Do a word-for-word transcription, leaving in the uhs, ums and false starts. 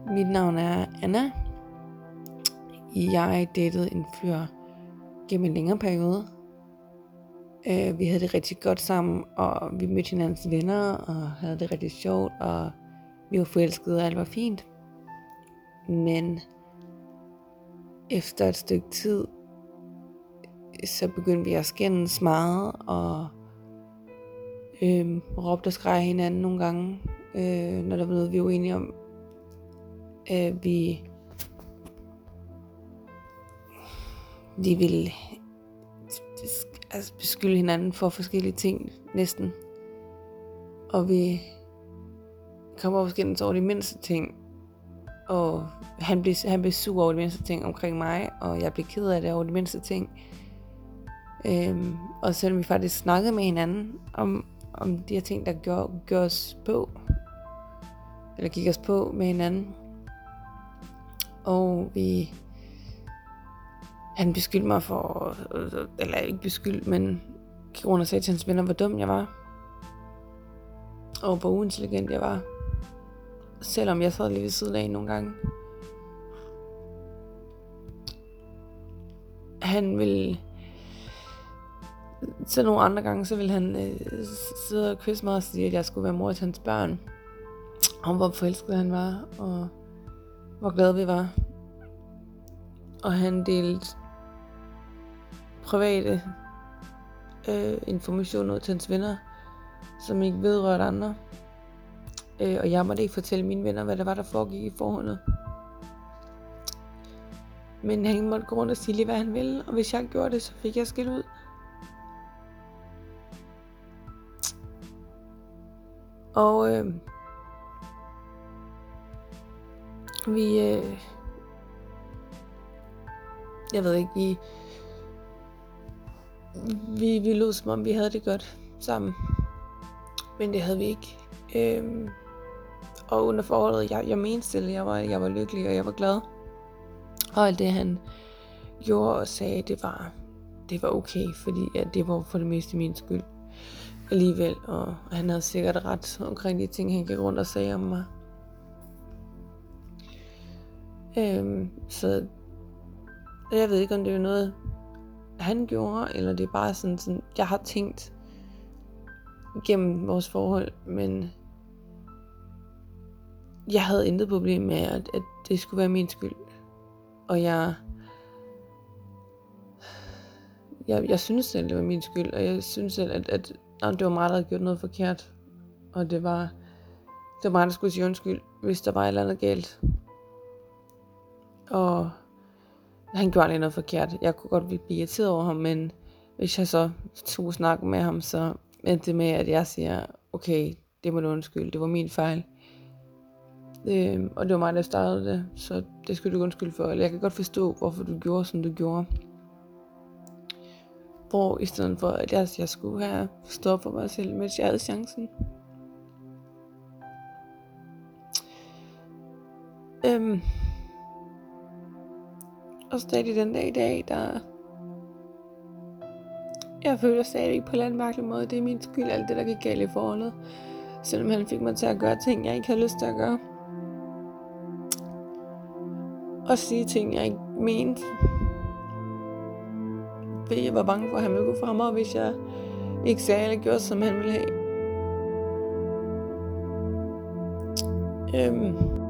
Mit navn er Anna. Jeg datede en fyr gennem en længere periode. Uh, vi havde det rigtig godt sammen, og vi mødte hinandens venner, og havde det rigtig sjovt, og vi var forelskede, og alt var fint. Men efter et stykke tid, så begyndte vi at skændes meget, og øh, råbte og skreg hinanden nogle gange, øh, når der var noget, vi var enige om. Øh, vi, vi ville altså beskylde hinanden for forskellige ting, næsten. Og vi kom op og skændes over de mindste ting. Og han blev, han blev sur over de mindste ting omkring mig, og jeg blev ked af det over de mindste ting. Øhm, og selvom vi faktisk snakkede med hinanden om, om de her ting, der gjorde, gjorde os på, eller gik os på med hinanden. Og vi, han beskyldte mig for, eller ikke beskyldte, men gik rundt og sagde til hans venner, hvor dum jeg var. Og hvor uintelligent jeg var. Selvom jeg sad lige ved siden af nogle gange. Han ville, så nogle andre gange, så ville han øh, sidde og kysse mig og sige, at jeg skulle være mor til hans børn. Om hvor forelsket han var, og hvor glad vi var. Og han delte private øh, informationer ud til hans venner, som ikke vedrørte andre. Øh, og jeg måtte ikke fortælle mine venner, hvad der var, der foregik i forholdet. Men han måtte gå rundt og sige lige, hvad han ville, og hvis jeg gjorde det, så fik jeg skæld ud. Og øh, vi, øh, jeg ved ikke, vi, vi, vi lød som om vi havde det godt sammen, men det havde vi ikke. Øh, og under forholdet, jeg, jeg mente stille, jeg var, jeg var lykkelig, og jeg var glad. Og alt det han gjorde og sagde, det var, det var okay, fordi ja, det var for det meste min skyld alligevel. Og han havde sikkert ret omkring de ting, han gik rundt og sagde om mig. Øhm, så jeg ved ikke, om det er noget, han gjorde, eller det er bare sådan, sådan jeg har tænkt gennem vores forhold, men jeg havde intet problem med, at, at det skulle være min skyld. Og jeg, jeg, jeg synes selv, det var min skyld, og jeg synes selv, at, at, at det var mig, der havde gjort noget forkert. Og det var, det var mig, der skulle sige undskyld, hvis der var et eller andet galt. Og han gjorde aldrig noget forkert. Jeg kunne godt blive irriteret over ham, men hvis jeg så tog snakke med ham, så endte det med, at jeg siger, okay, det må du undskylde, det var min fejl. Øhm, og det var mig, der startede det, så det skulle du undskylde for. Eller jeg kan godt forstå, hvorfor du gjorde, som du gjorde. Hvor i stedet for, at jeg, jeg skulle have stået for mig selv, mens jeg havde chancen. Øhm, og stadig den dag i dag, der jeg føler stadig på en eller anden mærkelig måde, det er min skyld, alt det der gik galt i forholdet. Selvom han fik mig til at gøre ting, jeg ikke havde lyst til at gøre. Og sige ting, jeg ikke mente. Fordi jeg var bange for, at han ville gå fra mig, hvis jeg ikke sagde eller gjorde, som han ville have. Øhm.